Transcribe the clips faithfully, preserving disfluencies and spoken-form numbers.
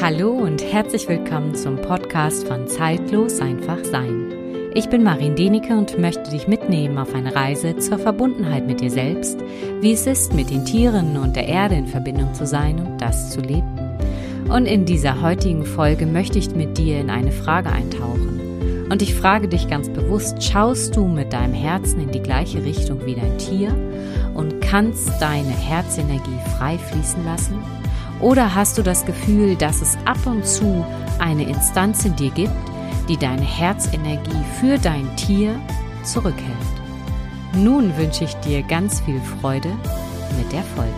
Hallo und herzlich willkommen zum Podcast von Zeitlos einfach sein. Ich bin Marin Denike und möchte dich mitnehmen auf eine Reise zur Verbundenheit mit dir selbst, wie es ist, mit den Tieren und der Erde in Verbindung zu sein und das zu leben. Und in dieser heutigen Folge möchte ich mit dir in eine Frage eintauchen. Und ich frage dich ganz bewusst, schaust du mit deinem Herzen in die gleiche Richtung wie dein Tier und kannst deine Herzenergie frei fließen lassen? Oder hast du das Gefühl, dass es ab und zu eine Instanz in dir gibt, die deine Herzenergie für dein Tier zurückhält? Nun wünsche ich dir ganz viel Freude mit der Folge.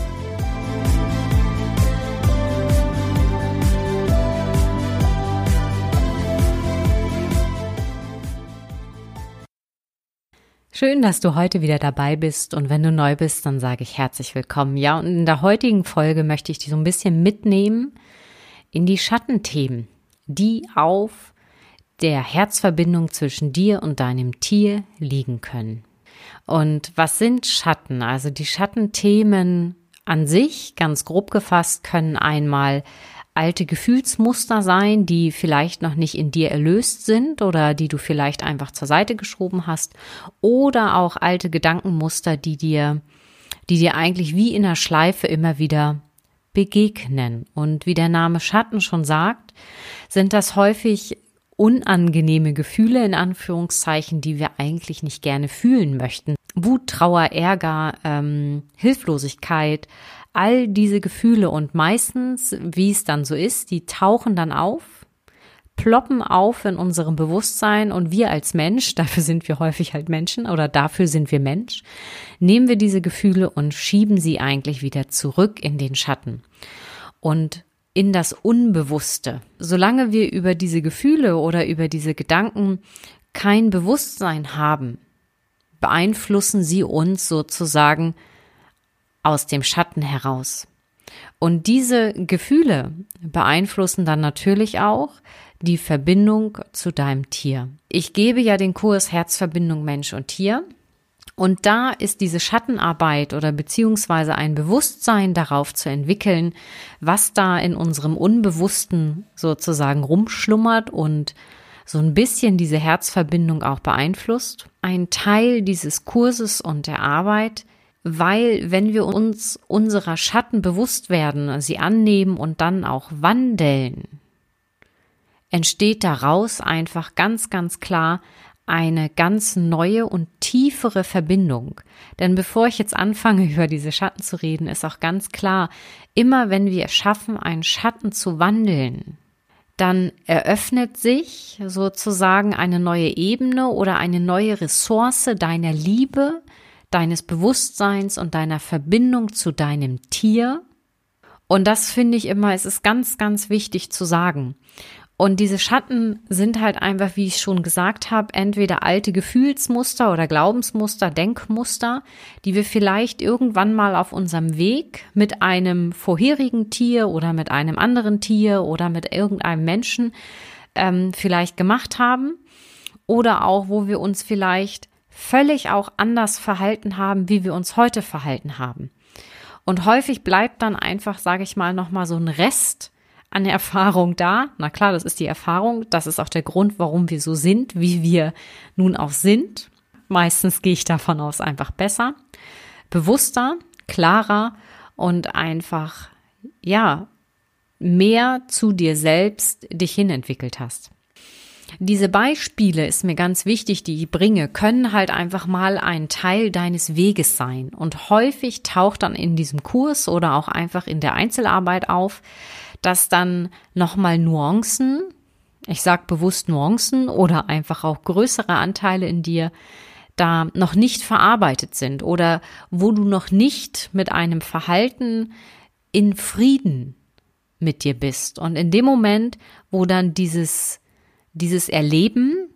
Schön, dass du heute wieder dabei bist, und wenn du neu bist, dann sage ich herzlich willkommen. Ja, und in der heutigen Folge möchte ich dich so ein bisschen mitnehmen in die Schattenthemen, die auf der Herzverbindung zwischen dir und deinem Tier liegen können. Und was sind Schatten? Also die Schattenthemen an sich, ganz grob gefasst, können einmal alte Gefühlsmuster sein, die vielleicht noch nicht in dir erlöst sind oder die du vielleicht einfach zur Seite geschoben hast, oder auch alte Gedankenmuster, die dir, die dir eigentlich wie in einer Schleife immer wieder begegnen. Und wie der Name Schatten schon sagt, sind das häufig unangenehme Gefühle, in Anführungszeichen, die wir eigentlich nicht gerne fühlen möchten. Wut, Trauer, Ärger, ähm, Hilflosigkeit, all diese Gefühle, und meistens, wie es dann so ist, die tauchen dann auf, ploppen auf in unserem Bewusstsein, und wir als Mensch, dafür sind wir häufig halt Menschen oder dafür sind wir Mensch, nehmen wir diese Gefühle und schieben sie eigentlich wieder zurück in den Schatten und in das Unbewusste. Solange wir über diese Gefühle oder über diese Gedanken kein Bewusstsein haben, beeinflussen sie uns sozusagen aus dem Schatten heraus. Und diese Gefühle beeinflussen dann natürlich auch die Verbindung zu deinem Tier. Ich gebe ja den Kurs Herzverbindung Mensch und Tier. Und da ist diese Schattenarbeit oder beziehungsweise ein Bewusstsein darauf zu entwickeln, was da in unserem Unbewussten sozusagen rumschlummert und so ein bisschen diese Herzverbindung auch beeinflusst. Ein Teil dieses Kurses und der Arbeit, weil wenn wir uns unserer Schatten bewusst werden, sie annehmen und dann auch wandeln, entsteht daraus einfach ganz, ganz klar eine ganz neue und tiefere Verbindung. Denn bevor ich jetzt anfange, über diese Schatten zu reden, ist auch ganz klar, immer wenn wir es schaffen, einen Schatten zu wandeln, dann eröffnet sich sozusagen eine neue Ebene oder eine neue Ressource deiner Liebe, deines Bewusstseins und deiner Verbindung zu deinem Tier. Und das finde ich immer, es ist ganz, ganz wichtig zu sagen. Und diese Schatten sind halt einfach, wie ich schon gesagt habe, entweder alte Gefühlsmuster oder Glaubensmuster, Denkmuster, die wir vielleicht irgendwann mal auf unserem Weg mit einem vorherigen Tier oder mit einem anderen Tier oder mit irgendeinem Menschen ähm, vielleicht gemacht haben, oder auch, wo wir uns vielleicht völlig auch anders verhalten haben, wie wir uns heute verhalten haben. Und häufig bleibt dann einfach, sage ich mal, nochmal so ein Rest an Erfahrung da. Na klar, das ist die Erfahrung. Das ist auch der Grund, warum wir so sind, wie wir nun auch sind. Meistens gehe ich davon aus, einfach besser, bewusster, klarer und einfach, ja, mehr zu dir selbst dich hin entwickelt hast. Diese Beispiele, ist mir ganz wichtig, die ich bringe, können halt einfach mal ein Teil deines Weges sein. Und häufig taucht dann in diesem Kurs oder auch einfach in der Einzelarbeit auf, dass dann nochmal Nuancen, ich sage bewusst Nuancen oder einfach auch größere Anteile in dir, da noch nicht verarbeitet sind oder wo du noch nicht mit einem Verhalten in Frieden mit dir bist. Und in dem Moment, wo dann dieses Dieses Erleben,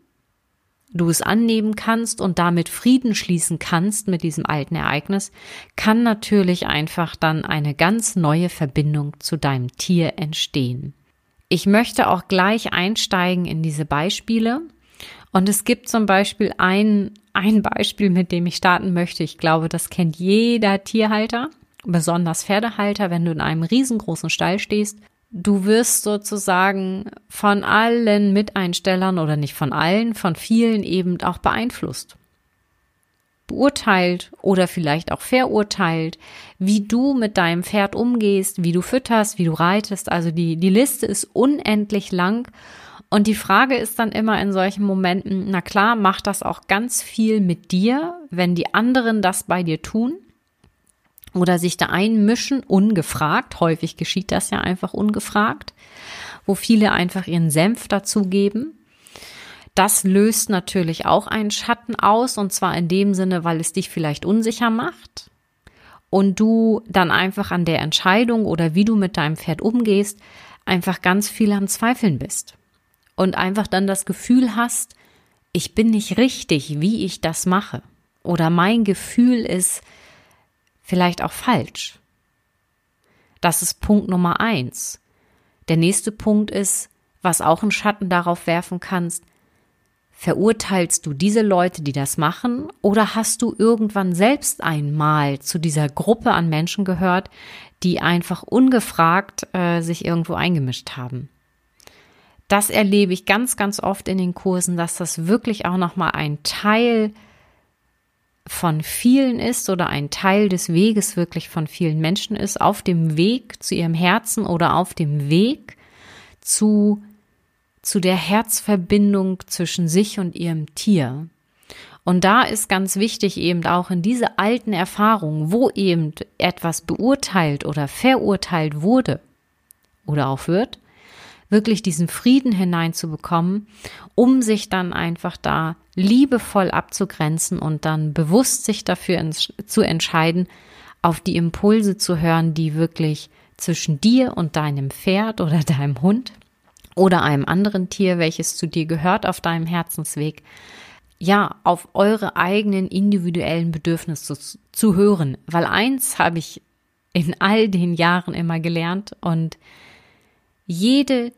du es annehmen kannst und damit Frieden schließen kannst mit diesem alten Ereignis, kann natürlich einfach dann eine ganz neue Verbindung zu deinem Tier entstehen. Ich möchte auch gleich einsteigen in diese Beispiele, und es gibt zum Beispiel ein, ein Beispiel, mit dem ich starten möchte. Ich glaube, das kennt jeder Tierhalter, besonders Pferdehalter, wenn du in einem riesengroßen Stall stehst. du wirst sozusagen von allen Miteinstellern oder nicht von allen, von vielen eben auch beeinflusst, beurteilt oder vielleicht auch verurteilt, wie du mit deinem Pferd umgehst, wie du fütterst, wie du reitest. Also die, die Liste ist unendlich lang. Und die Frage ist dann immer in solchen Momenten, na klar, macht das auch ganz viel mit dir, wenn die anderen das bei dir tun oder sich da einmischen, ungefragt. Häufig geschieht das ja einfach ungefragt, wo viele einfach ihren Senf dazugeben. Das löst natürlich auch einen Schatten aus, und zwar in dem Sinne, weil es dich vielleicht unsicher macht und du dann einfach an der Entscheidung oder wie du mit deinem Pferd umgehst, einfach ganz viel am Zweifeln bist und einfach dann das Gefühl hast, ich bin nicht richtig, wie ich das mache, oder mein Gefühl ist vielleicht auch falsch. Das ist Punkt Nummer eins. Der nächste Punkt ist, was auch einen Schatten darauf werfen kannst: Verurteilst du diese Leute, die das machen, oder hast du irgendwann selbst einmal zu dieser Gruppe an Menschen gehört, die einfach ungefragt äh, sich irgendwo eingemischt haben? Das erlebe ich ganz, ganz oft in den Kursen, dass das wirklich auch nochmal ein Teil von vielen ist oder ein Teil des Weges wirklich von vielen Menschen ist, auf dem Weg zu ihrem Herzen oder auf dem Weg zu zu der Herzverbindung zwischen sich und ihrem Tier. Und da ist ganz wichtig eben auch in diese alten Erfahrungen, wo eben etwas beurteilt oder verurteilt wurde oder auch wird, wirklich diesen Frieden hineinzubekommen, um sich dann einfach da liebevoll abzugrenzen und dann bewusst sich dafür ins, zu entscheiden, auf die Impulse zu hören, die wirklich zwischen dir und deinem Pferd oder deinem Hund oder einem anderen Tier, welches zu dir gehört auf deinem Herzensweg, ja, auf eure eigenen individuellen Bedürfnisse zu, zu hören. Weil eins habe ich in all den Jahren immer gelernt, und jede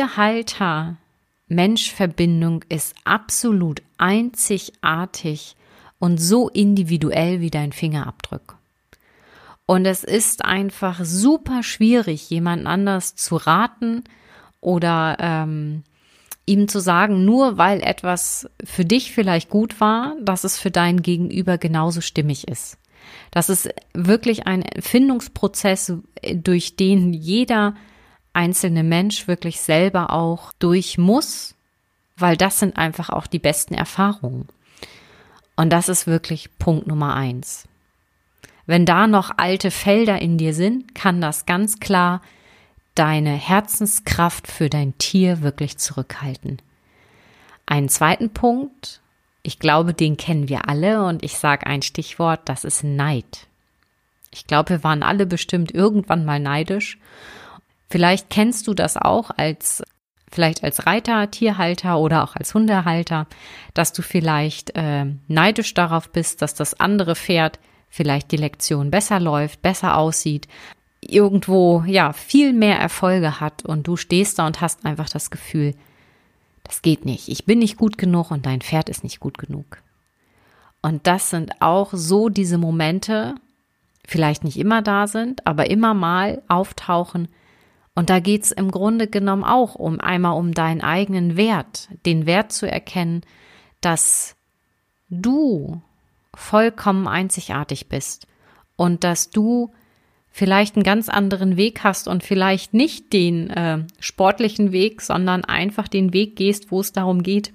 Tierhalter-Mensch-Verbindung ist absolut einzigartig und so individuell wie dein Fingerabdruck. Und es ist einfach super schwierig, jemand anders zu raten oder ähm, ihm zu sagen, nur weil etwas für dich vielleicht gut war, dass es für dein Gegenüber genauso stimmig ist. Das ist wirklich ein Findungsprozess, durch den jeder einzelne Mensch wirklich selber auch durch muss, weil das sind einfach auch die besten Erfahrungen. Und das ist wirklich Punkt Nummer eins. Wenn da noch alte Felder in dir sind, kann das ganz klar deine Herzenskraft für dein Tier wirklich zurückhalten. Einen zweiten Punkt, ich glaube, den kennen wir alle, und ich sage ein Stichwort, das ist Neid. Ich glaube, wir waren alle bestimmt irgendwann mal neidisch. Vielleicht kennst du das auch als, vielleicht als Reiter, Tierhalter oder auch als Hundehalter, dass du vielleicht äh, neidisch darauf bist, dass das andere Pferd vielleicht die Lektion besser läuft, besser aussieht, irgendwo ja viel mehr Erfolge hat, und du stehst da und hast einfach das Gefühl, das geht nicht, ich bin nicht gut genug und dein Pferd ist nicht gut genug. Und das sind auch so diese Momente, vielleicht nicht immer da sind, aber immer mal auftauchen, und da geht es im Grunde genommen auch um einmal um deinen eigenen Wert, den Wert zu erkennen, dass du vollkommen einzigartig bist und dass du vielleicht einen ganz anderen Weg hast und vielleicht nicht den äh, sportlichen Weg, sondern einfach den Weg gehst, wo es darum geht,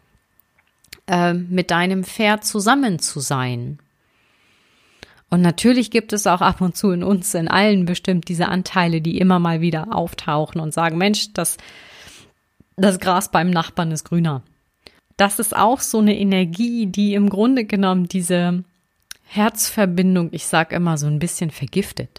äh, mit deinem Pferd zusammen zu sein. Und natürlich gibt es auch ab und zu in uns, in allen bestimmt, diese Anteile, die immer mal wieder auftauchen und sagen, Mensch, das, das Gras beim Nachbarn ist grüner. Das ist auch so eine Energie, die im Grunde genommen diese Herzverbindung, ich sage immer, so ein bisschen vergiftet.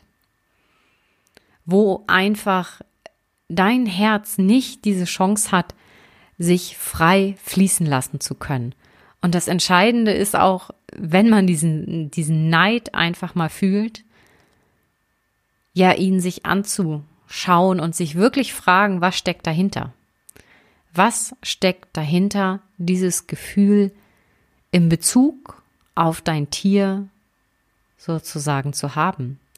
Wo einfach dein Herz nicht diese Chance hat, sich frei fließen lassen zu können. Und das Entscheidende ist auch, wenn man diesen, diesen Neid einfach mal fühlt, ja, ihn sich anzuschauen und sich wirklich fragen, was steckt dahinter? Was steckt dahinter, dieses Gefühl in Bezug auf dein Tier sozusagen zu haben?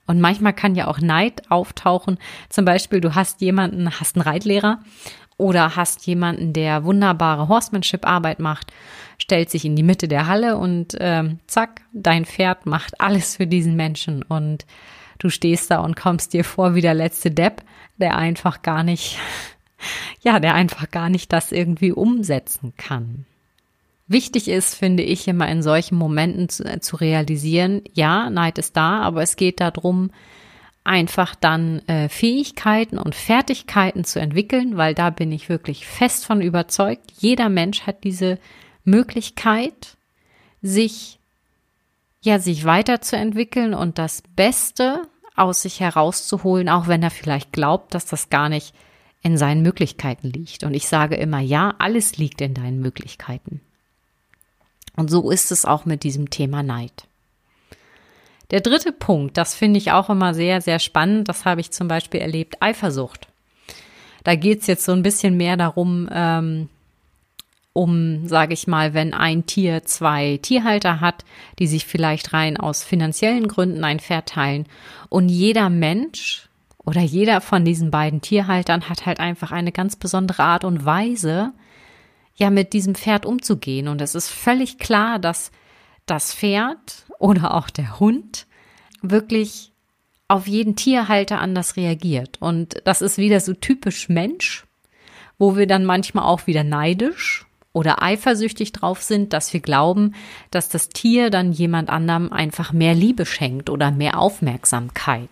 Und manchmal kann ja auch Neid auftauchen. Zum Beispiel, du hast jemanden, hast einen Reitlehrer oder hast jemanden, der wunderbare Horsemanship-Arbeit macht, stellt sich in die Mitte der Halle und ähm, zack, dein Pferd macht alles für diesen Menschen. Und du stehst da und kommst dir vor wie der letzte Depp, der einfach gar nicht, ja, der einfach gar nicht das irgendwie umsetzen kann. Wichtig ist, finde ich, immer in solchen Momenten zu, zu realisieren, ja, Neid ist da, aber es geht darum, einfach dann äh, Fähigkeiten und Fertigkeiten zu entwickeln, weil da bin ich wirklich fest von überzeugt. Jeder Mensch hat diese Möglichkeit, sich, ja, sich weiterzuentwickeln und das Beste aus sich herauszuholen, auch wenn er vielleicht glaubt, dass das gar nicht in seinen Möglichkeiten liegt. Und ich sage immer, ja, alles liegt in deinen Möglichkeiten. Und so ist es auch mit diesem Thema Neid. Der dritte Punkt, das finde ich auch immer sehr, sehr spannend, das habe ich zum Beispiel erlebt, Eifersucht. Da geht es jetzt so ein bisschen mehr darum, ähm, um, sage ich mal, wenn ein Tier zwei Tierhalter hat, die sich vielleicht rein aus finanziellen Gründen ein Pferd teilen und jeder Mensch oder jeder von diesen beiden Tierhaltern hat halt einfach eine ganz besondere Art und Weise, ja, mit diesem Pferd umzugehen. Und es ist völlig klar, dass das Pferd oder auch der Hund wirklich auf jeden Tierhalter anders reagiert. Und das ist wieder so typisch Mensch, wo wir dann manchmal auch wieder neidisch oder eifersüchtig drauf sind, dass wir glauben, dass das Tier dann jemand anderem einfach mehr Liebe schenkt oder mehr Aufmerksamkeit.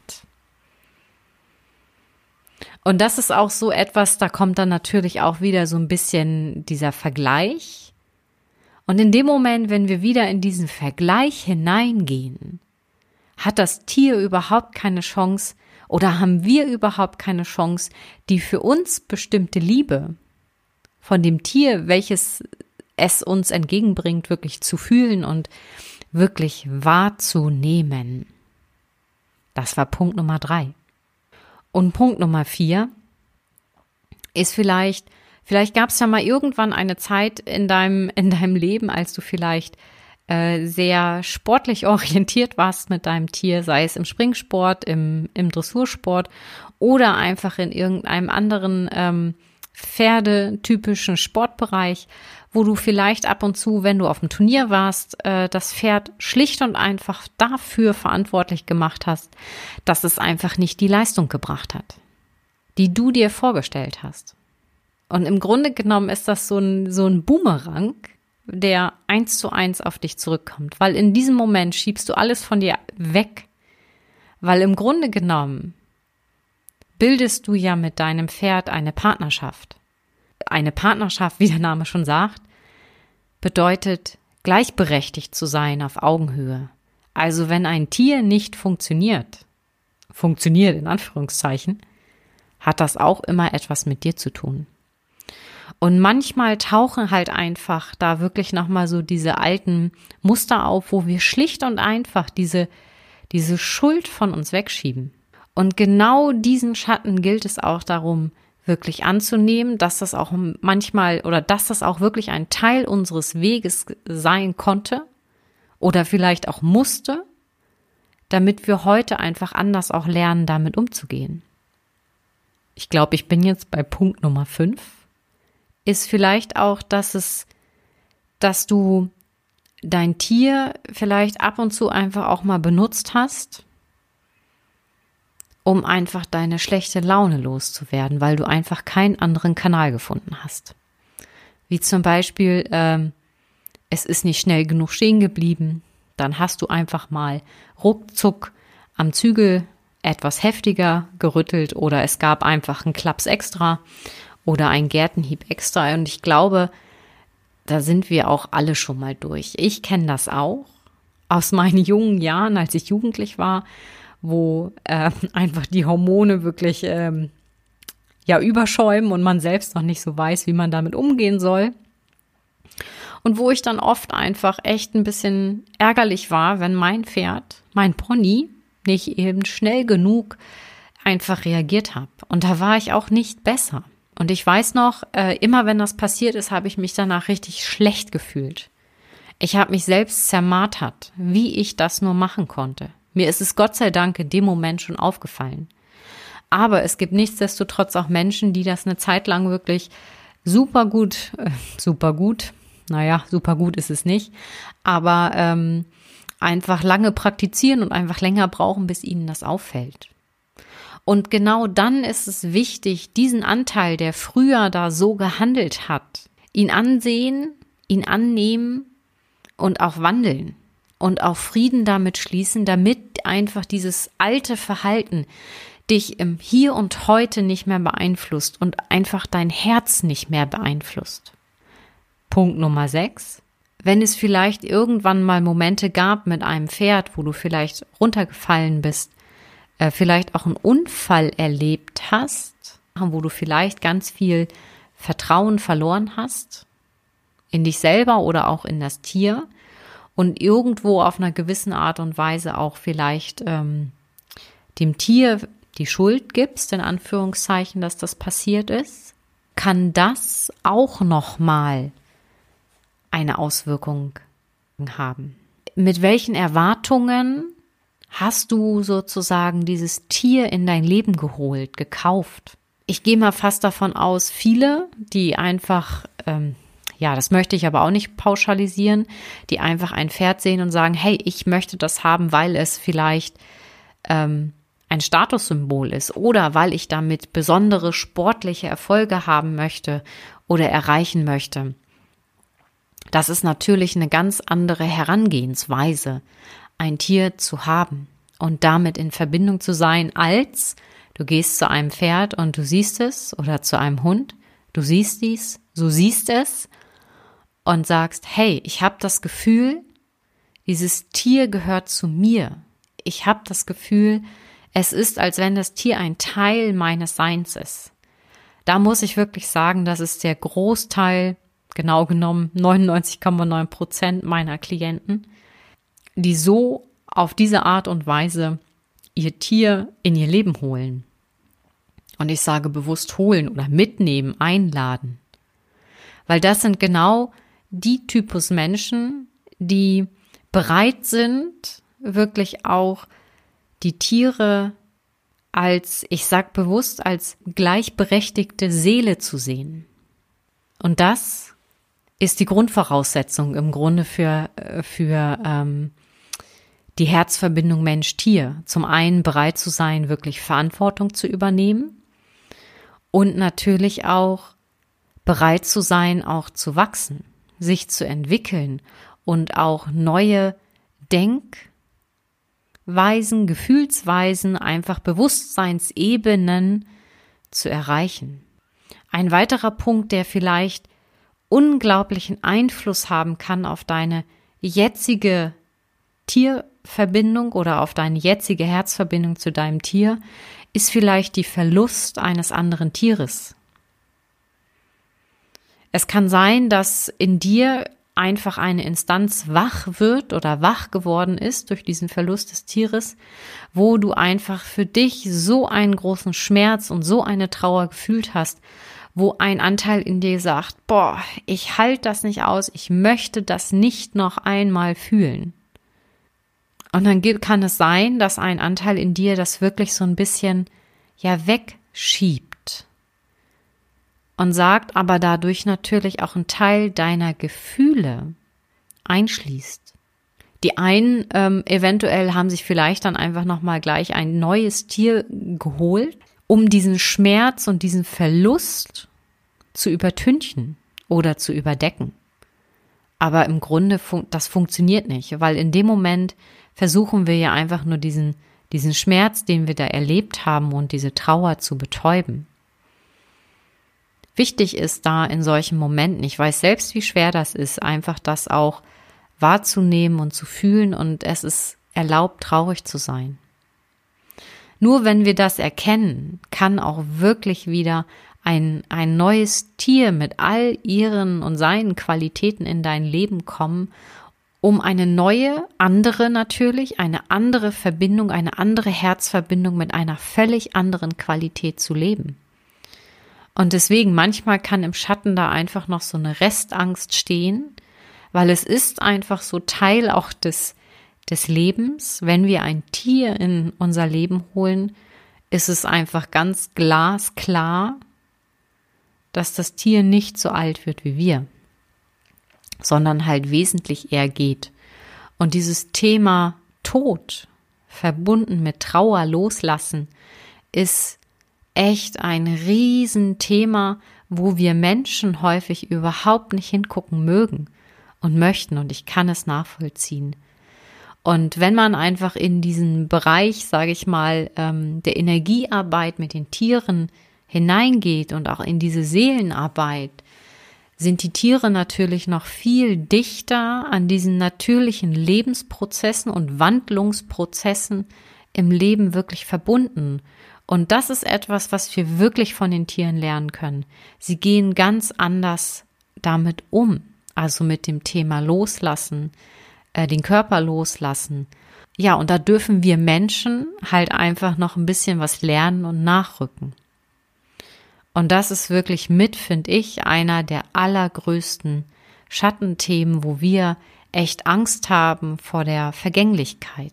Und das ist auch so etwas, da kommt dann natürlich auch wieder so ein bisschen dieser Vergleich. Und in dem Moment, wenn wir wieder in diesen Vergleich hineingehen, hat das Tier überhaupt keine Chance oder haben wir überhaupt keine Chance, die für uns bestimmte Liebe von dem Tier, welches es uns entgegenbringt, wirklich zu fühlen und wirklich wahrzunehmen. Das war Punkt Nummer drei. Und Punkt Nummer vier ist vielleicht, vielleicht gab es ja mal irgendwann eine Zeit in deinem, in deinem Leben, als du vielleicht äh, sehr sportlich orientiert warst mit deinem Tier, sei es im Springsport, im, im Dressursport oder einfach in irgendeinem anderen ähm, pferdetypischen Sportbereich, wo du vielleicht ab und zu, wenn du auf dem Turnier warst, äh, das Pferd schlicht und einfach dafür verantwortlich gemacht hast, dass es einfach nicht die Leistung gebracht hat, die du dir vorgestellt hast. Und im Grunde genommen ist das so ein, so ein Boomerang, der eins zu eins auf dich zurückkommt, weil in diesem Moment schiebst du alles von dir weg, weil im Grunde genommen bildest du ja mit deinem Pferd eine Partnerschaft. Eine Partnerschaft, wie der Name schon sagt, bedeutet, gleichberechtigt zu sein auf Augenhöhe. Also wenn ein Tier nicht funktioniert, funktioniert in Anführungszeichen, hat das auch immer etwas mit dir zu tun. Und manchmal tauchen halt einfach da wirklich nochmal so diese alten Muster auf, wo wir schlicht und einfach diese, diese Schuld von uns wegschieben. Und genau diesen Schatten gilt es auch darum, wirklich anzunehmen, dass das auch manchmal oder dass das auch wirklich ein Teil unseres Weges sein konnte oder vielleicht auch musste, damit wir heute einfach anders auch lernen, damit umzugehen. Ich glaube, ich bin jetzt bei Punkt Nummer fünf, ist vielleicht auch, dass es, dass du dein Tier vielleicht ab und zu einfach auch mal benutzt hast, um einfach deine schlechte Laune loszuwerden, weil du einfach keinen anderen Kanal gefunden hast. Wie zum Beispiel, ähm, es ist nicht schnell genug stehen geblieben, dann hast du einfach mal ruckzuck am Zügel etwas heftiger gerüttelt oder es gab einfach einen Klaps extra oder einen Gertenhieb extra. Und ich glaube, da sind wir auch alle schon mal durch. Ich kenne das auch aus meinen jungen Jahren, als ich jugendlich war, wo äh, einfach die Hormone wirklich ähm, ja überschäumen und man selbst noch nicht so weiß, wie man damit umgehen soll. Und wo ich dann oft einfach echt ein bisschen ärgerlich war, wenn mein Pferd, mein Pony, nicht eben schnell genug einfach reagiert habe. Und da war ich auch nicht besser. Und ich weiß noch, äh, immer wenn das passiert ist, habe ich mich danach richtig schlecht gefühlt. Ich habe mich selbst zermartert, wie ich das nur machen konnte. Mir ist es Gott sei Dank in dem Moment schon aufgefallen. Aber es gibt nichtsdestotrotz auch Menschen, die das eine Zeit lang wirklich super gut, äh, super gut, naja, super gut ist es nicht, aber ähm, einfach lange praktizieren und einfach länger brauchen, bis ihnen das auffällt. Und genau dann ist es wichtig, diesen Anteil, der früher da so gehandelt hat, ihn ansehen, ihn annehmen und auch wandeln und auch Frieden damit schließen, damit einfach dieses alte Verhalten dich im Hier und Heute nicht mehr beeinflusst und einfach dein Herz nicht mehr beeinflusst. Punkt Nummer sechs. Wenn es vielleicht irgendwann mal Momente gab mit einem Pferd, wo du vielleicht runtergefallen bist, äh, vielleicht auch einen Unfall erlebt hast, wo du vielleicht ganz viel Vertrauen verloren hast, in dich selber oder auch in das Tier und irgendwo auf einer gewissen Art und Weise auch vielleicht ähm, dem Tier die Schuld gibst, in Anführungszeichen, dass das passiert ist, kann das auch nochmal eine Auswirkung haben. Mit welchen Erwartungen hast du sozusagen dieses Tier in dein Leben geholt, gekauft? Ich gehe mal fast davon aus, viele, die einfach, ähm, ja, das möchte ich aber auch nicht pauschalisieren, die einfach ein Pferd sehen und sagen, hey, ich möchte das haben, weil es vielleicht ähm, ein Statussymbol ist oder weil ich damit besondere sportliche Erfolge haben möchte oder erreichen möchte. Das ist natürlich eine ganz andere Herangehensweise, ein Tier zu haben und damit in Verbindung zu sein, als du gehst zu einem Pferd und du siehst es oder zu einem Hund, du siehst dies, du siehst es und sagst, hey, ich habe das Gefühl, dieses Tier gehört zu mir. Ich habe das Gefühl, es ist, als wenn das Tier ein Teil meines Seins ist. Da muss ich wirklich sagen, das ist der Großteil, genau genommen neunundneunzig Komma neun Prozent meiner Klienten, die so auf diese Art und Weise ihr Tier in ihr Leben holen. Und ich sage bewusst holen oder mitnehmen, einladen. Weil das sind genau die Typus Menschen, die bereit sind, wirklich auch die Tiere als, ich sag bewusst, als gleichberechtigte Seele zu sehen. Und das ist die Grundvoraussetzung im Grunde für, für ähm, die Herzverbindung Mensch-Tier. Zum einen bereit zu sein, wirklich Verantwortung zu übernehmen und natürlich auch bereit zu sein, auch zu wachsen, sich zu entwickeln und auch neue Denkweisen, Gefühlsweisen, einfach Bewusstseinsebenen zu erreichen. Ein weiterer Punkt, der vielleicht unglaublichen Einfluss haben kann auf deine jetzige Tierverbindung oder auf deine jetzige Herzverbindung zu deinem Tier, ist vielleicht die Verlust eines anderen Tieres. Es kann sein, dass in dir einfach eine Instanz wach wird oder wach geworden ist durch diesen Verlust des Tieres, wo du einfach für dich so einen großen Schmerz und so eine Trauer gefühlt hast, wo ein Anteil in dir sagt, boah, ich halte das nicht aus, ich möchte das nicht noch einmal fühlen. Und dann kann es sein, dass ein Anteil in dir das wirklich so ein bisschen ja wegschiebt und sagt, aber dadurch natürlich auch einen Teil deiner Gefühle einschließt. Die einen ähm, eventuell haben sich vielleicht dann einfach nochmal gleich ein neues Tier geholt, um diesen Schmerz und diesen Verlust zu übertünchen oder zu überdecken. Aber im Grunde, fun- das funktioniert nicht, weil in dem Moment versuchen wir ja einfach nur diesen, diesen Schmerz, den wir da erlebt haben und diese Trauer zu betäuben. Wichtig ist da in solchen Momenten, ich weiß selbst, wie schwer das ist, einfach das auch wahrzunehmen und zu fühlen und es ist erlaubt, traurig zu sein. Nur wenn wir das erkennen, kann auch wirklich wieder ein, ein neues Tier mit all ihren und seinen Qualitäten in dein Leben kommen, um eine neue, andere natürlich, eine andere Verbindung, eine andere Herzverbindung mit einer völlig anderen Qualität zu leben. Und deswegen, manchmal kann im Schatten da einfach noch so eine Restangst stehen, weil es ist einfach so Teil auch des des Lebens. Wenn wir ein Tier in unser Leben holen, ist es einfach ganz glasklar, dass das Tier nicht so alt wird wie wir, sondern halt wesentlich eher geht. Und dieses Thema Tod, verbunden mit Trauer, Loslassen, ist echt ein Riesenthema, wo wir Menschen häufig überhaupt nicht hingucken mögen und möchten, und ich kann es nachvollziehen. Und wenn man einfach in diesen Bereich, sage ich mal, der Energiearbeit mit den Tieren hineingeht und auch in diese Seelenarbeit, sind die Tiere natürlich noch viel dichter an diesen natürlichen Lebensprozessen und Wandlungsprozessen im Leben wirklich verbunden. Und das ist etwas, was wir wirklich von den Tieren lernen können. Sie gehen ganz anders damit um, also mit dem Thema Loslassen, äh, den Körper loslassen. Ja, und da dürfen wir Menschen halt einfach noch ein bisschen was lernen und nachrücken. Und das ist wirklich mit, finde ich, einer der allergrößten Schattenthemen, wo wir echt Angst haben vor der Vergänglichkeit.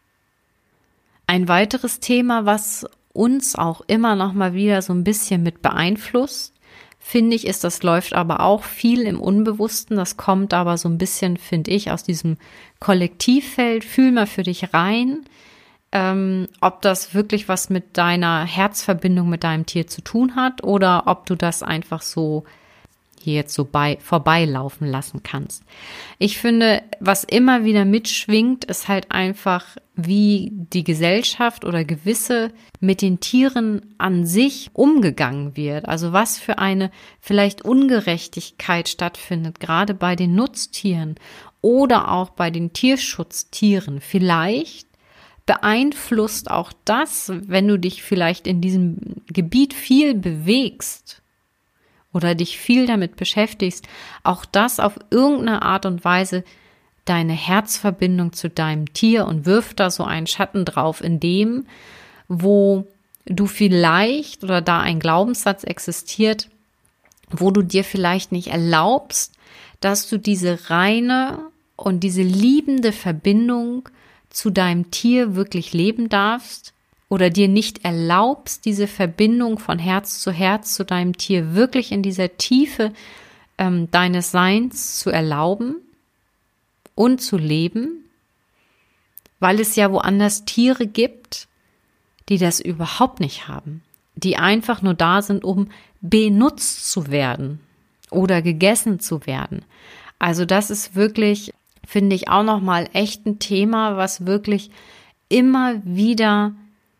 Ein weiteres Thema, was uns auch immer noch mal wieder so ein bisschen mit beeinflusst, finde ich, ist, das läuft aber auch viel im Unbewussten. Das kommt aber so ein bisschen, finde ich, aus diesem Kollektivfeld. Fühl mal für dich rein, ähm, ob das wirklich was mit deiner Herzverbindung mit deinem Tier zu tun hat oder ob du das einfach so hier jetzt so bei, vorbeilaufen lassen kannst. Ich finde, was immer wieder mitschwingt, ist halt einfach, wie die Gesellschaft oder gewisse mit den Tieren an sich umgegangen wird. Also was für eine vielleicht Ungerechtigkeit stattfindet, gerade bei den Nutztieren oder auch bei den Tierschutztieren. Vielleicht beeinflusst auch das, wenn du dich vielleicht in diesem Gebiet viel bewegst oder dich viel damit beschäftigst, auch das auf irgendeine Art und Weise deine Herzverbindung zu deinem Tier und wirft da so einen Schatten drauf, in dem, wo du vielleicht oder da ein Glaubenssatz existiert, wo du dir vielleicht nicht erlaubst, dass du diese reine und diese liebende Verbindung zu deinem Tier wirklich leben darfst oder dir nicht erlaubst, diese Verbindung von Herz zu Herz zu deinem Tier wirklich in dieser Tiefe ähm, deines Seins zu erlauben und zu leben, weil es ja woanders Tiere gibt, die das überhaupt nicht haben, die einfach nur da sind, um benutzt zu werden oder gegessen zu werden. Also das ist wirklich, finde ich, auch nochmal echt ein Thema, was wirklich immer wieder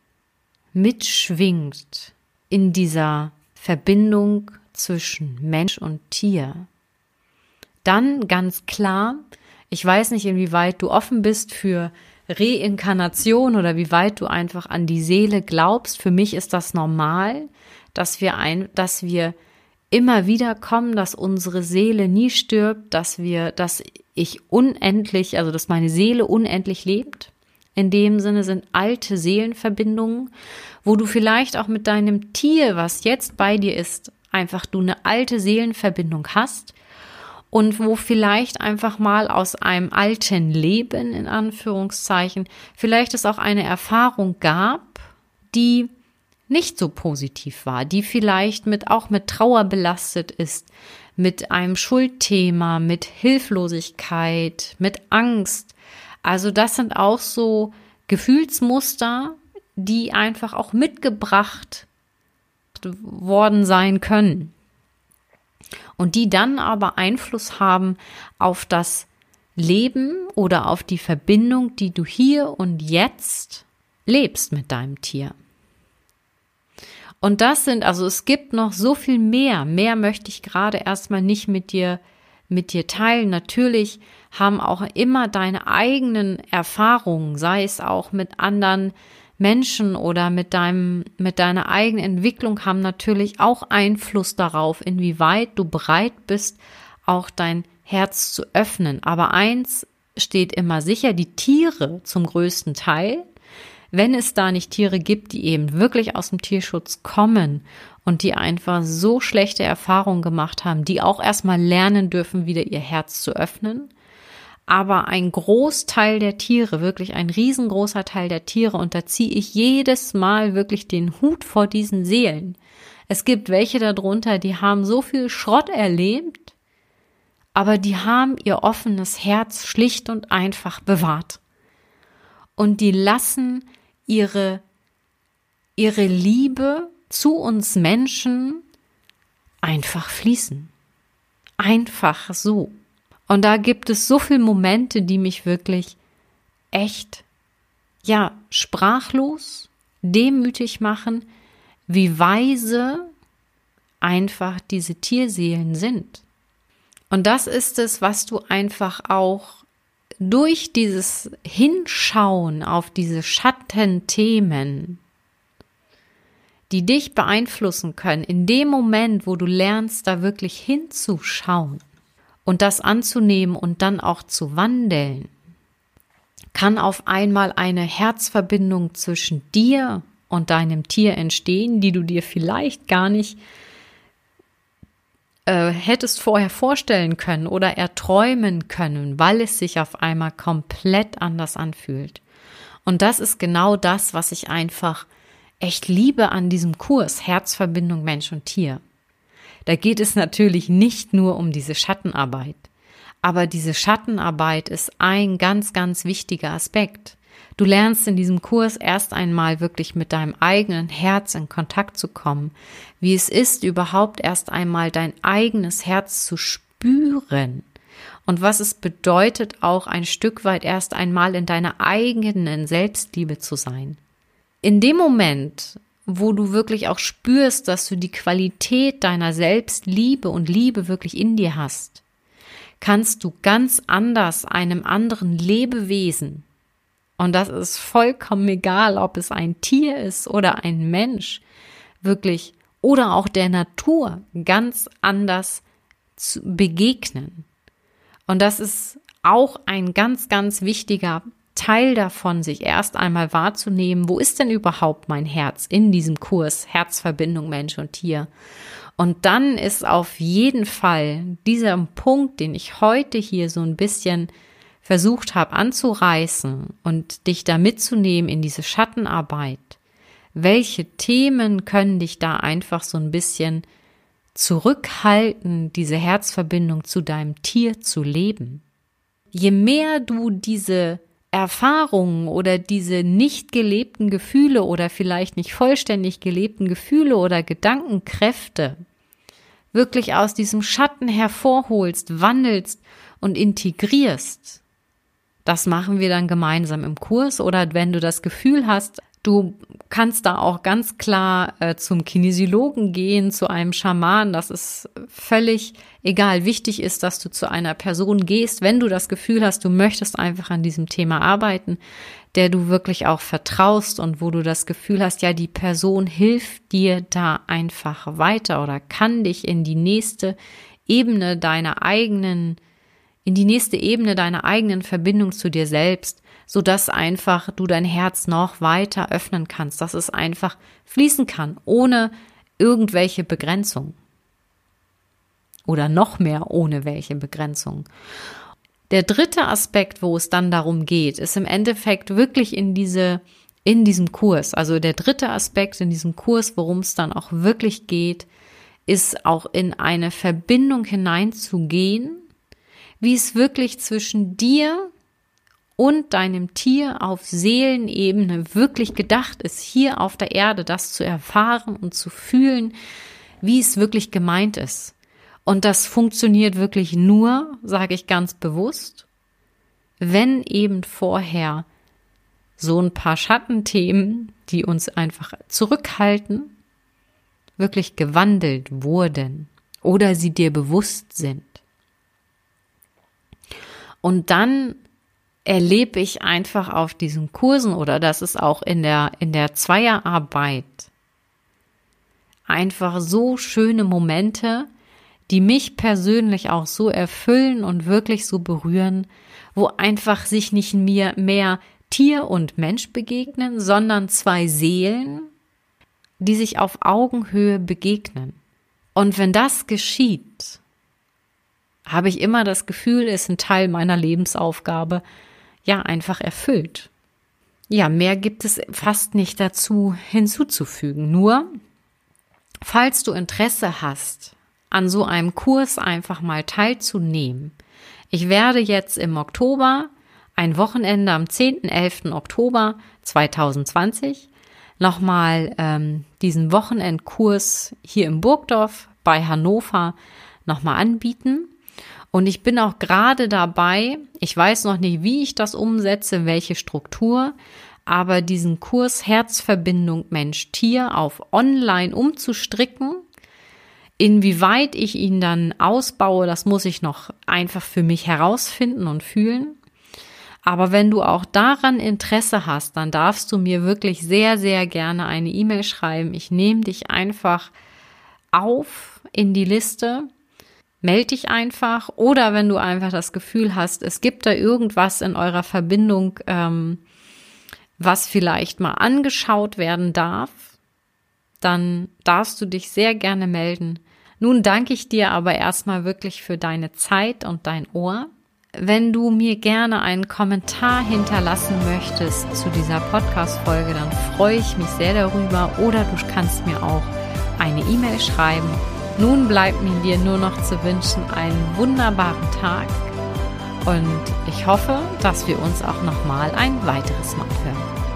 mitschwingt in dieser Verbindung zwischen Mensch und Tier. Dann ganz klar, ich weiß nicht, inwieweit du offen bist für Reinkarnation oder wie weit du einfach an die Seele glaubst. Für mich ist das normal, dass wir ein, dass wir immer wieder kommen, dass unsere Seele nie stirbt, dass wir, dass ich unendlich, also dass meine Seele unendlich lebt. In dem Sinne sind alte Seelenverbindungen, wo du vielleicht auch mit deinem Tier, was jetzt bei dir ist, einfach du eine alte Seelenverbindung hast und wo vielleicht einfach mal aus einem alten Leben, in Anführungszeichen, vielleicht es auch eine Erfahrung gab, die nicht so positiv war, die vielleicht mit auch mit Trauer belastet ist, mit einem Schuldthema, mit Hilflosigkeit, mit Angst. Also das sind auch so Gefühlsmuster, die einfach auch mitgebracht worden sein können und die dann aber Einfluss haben auf das Leben oder auf die Verbindung, die du hier und jetzt lebst mit deinem Tier. Und das sind, also es gibt noch so viel mehr. Mehr möchte ich gerade erstmal nicht mit dir, mit dir teilen. Natürlich haben auch immer deine eigenen Erfahrungen, sei es auch mit anderen Menschen oder mit deinem, mit deiner eigenen Entwicklung, haben natürlich auch Einfluss darauf, inwieweit du bereit bist, auch dein Herz zu öffnen. Aber eins steht immer sicher, die Tiere zum größten Teil, wenn es da nicht Tiere gibt, die eben wirklich aus dem Tierschutz kommen und die einfach so schlechte Erfahrungen gemacht haben, die auch erstmal lernen dürfen, wieder ihr Herz zu öffnen. aber ein Großteil der Tiere, wirklich ein riesengroßer Teil der Tiere, und da ziehe ich jedes Mal wirklich den Hut vor diesen Seelen. Es gibt welche darunter, die haben so viel Schrott erlebt, aber die haben ihr offenes Herz schlicht und einfach bewahrt. Und die lassen ihre, ihre Liebe zu uns Menschen einfach fließen. Einfach so. Und da gibt es so viele Momente, die mich wirklich echt, ja, sprachlos, demütig machen, wie weise einfach diese Tierseelen sind. Und das ist es, was du einfach auch durch dieses Hinschauen auf diese Schattenthemen, die dich beeinflussen können, in dem Moment, wo du lernst, da wirklich hinzuschauen und das anzunehmen und dann auch zu wandeln, kann auf einmal eine Herzverbindung zwischen dir und deinem Tier entstehen, die du dir vielleicht gar nicht äh, hättest vorher vorstellen können oder erträumen können, weil es sich auf einmal komplett anders anfühlt. Und das ist genau das, was ich einfach echt liebe an diesem Kurs Herzverbindung Mensch und Tier. Da geht es natürlich nicht nur um diese Schattenarbeit, aber diese Schattenarbeit ist ein ganz, ganz wichtiger Aspekt. Du lernst in diesem Kurs erst einmal wirklich mit deinem eigenen Herz in Kontakt zu kommen, wie es ist, überhaupt erst einmal dein eigenes Herz zu spüren und was es bedeutet, auch ein Stück weit erst einmal in deiner eigenen Selbstliebe zu sein. In dem Moment, wo du wirklich auch spürst, dass du die Qualität deiner Selbstliebe und Liebe wirklich in dir hast, kannst du ganz anders einem anderen Lebewesen, und das ist vollkommen egal, ob es ein Tier ist oder ein Mensch, wirklich, oder auch der Natur, ganz anders zu begegnen. Und das ist auch ein ganz, ganz wichtiger Teil davon, sich erst einmal wahrzunehmen, wo ist denn überhaupt mein Herz in diesem Kurs Herzverbindung Mensch und Tier? Und dann ist auf jeden Fall dieser Punkt, den ich heute hier so ein bisschen versucht habe anzureißen und dich da mitzunehmen in diese Schattenarbeit. Welche Themen können dich da einfach so ein bisschen zurückhalten, diese Herzverbindung zu deinem Tier zu leben? Je mehr du diese Erfahrungen oder diese nicht gelebten Gefühle oder vielleicht nicht vollständig gelebten Gefühle oder Gedankenkräfte wirklich aus diesem Schatten hervorholst, wandelst und integrierst, das machen wir dann gemeinsam im Kurs. Oder wenn du das Gefühl hast, du kannst da auch ganz klar äh, zum Kinesiologen gehen, zu einem Schaman, das ist völlig egal. Wichtig ist, dass du zu einer Person gehst, wenn du das Gefühl hast, du möchtest einfach an diesem Thema arbeiten, der du wirklich auch vertraust und wo du das Gefühl hast, ja, die Person hilft dir da einfach weiter oder kann dich in die nächste Ebene deiner eigenen in die nächste Ebene deiner eigenen Verbindung zu dir selbst, sodass einfach du dein Herz noch weiter öffnen kannst, dass es einfach fließen kann, ohne irgendwelche Begrenzung. Oder noch mehr ohne welche Begrenzung. Der dritte Aspekt, wo es dann darum geht, ist im Endeffekt wirklich in diese, in diesem Kurs. Also der dritte Aspekt in diesem Kurs, worum es dann auch wirklich geht, ist auch in eine Verbindung hineinzugehen, wie es wirklich zwischen dir und deinem Tier auf Seelenebene wirklich gedacht ist, hier auf der Erde das zu erfahren und zu fühlen, wie es wirklich gemeint ist. Und das funktioniert wirklich nur, sage ich ganz bewusst, wenn eben vorher so ein paar Schattenthemen, die uns einfach zurückhalten, wirklich gewandelt wurden oder sie dir bewusst sind. Und dann erlebe ich einfach auf diesen Kursen oder das ist auch in der, in der Zweierarbeit einfach so schöne Momente, die mich persönlich auch so erfüllen und wirklich so berühren, wo einfach sich nicht mehr, mehr Tier und Mensch begegnen, sondern zwei Seelen, die sich auf Augenhöhe begegnen. Und wenn das geschieht, habe ich immer das Gefühl, ist ein Teil meiner Lebensaufgabe, ja, einfach erfüllt. Ja, mehr gibt es fast nicht dazu hinzuzufügen. Nur, falls du Interesse hast, an so einem Kurs einfach mal teilzunehmen. Ich werde jetzt im Oktober, ein Wochenende am zehnten elften Oktober zweitausendzwanzig, nochmal ähm, diesen Wochenendkurs hier im Burgdorf bei Hannover nochmal anbieten. Und ich bin auch gerade dabei, ich weiß noch nicht, wie ich das umsetze, welche Struktur, aber diesen Kurs Herzverbindung Mensch-Tier auf online umzustricken. Inwieweit ich ihn dann ausbaue, das muss ich noch einfach für mich herausfinden und fühlen. Aber wenn du auch daran Interesse hast, dann darfst du mir wirklich sehr, sehr gerne eine E-Mail schreiben. Ich nehme dich einfach auf in die Liste. Meld dich einfach. Oder wenn du einfach das Gefühl hast, es gibt da irgendwas in eurer Verbindung, ähm, was vielleicht mal angeschaut werden darf, dann darfst du dich sehr gerne melden. Nun danke ich dir aber erstmal wirklich für deine Zeit und dein Ohr. Wenn du mir gerne einen Kommentar hinterlassen möchtest zu dieser Podcast-Folge, dann freue ich mich sehr darüber. Oder du kannst mir auch eine E-Mail schreiben. Nun bleibt mir dir nur noch zu wünschen einen wunderbaren Tag. Und ich hoffe, dass wir uns auch noch mal ein weiteres Mal hören.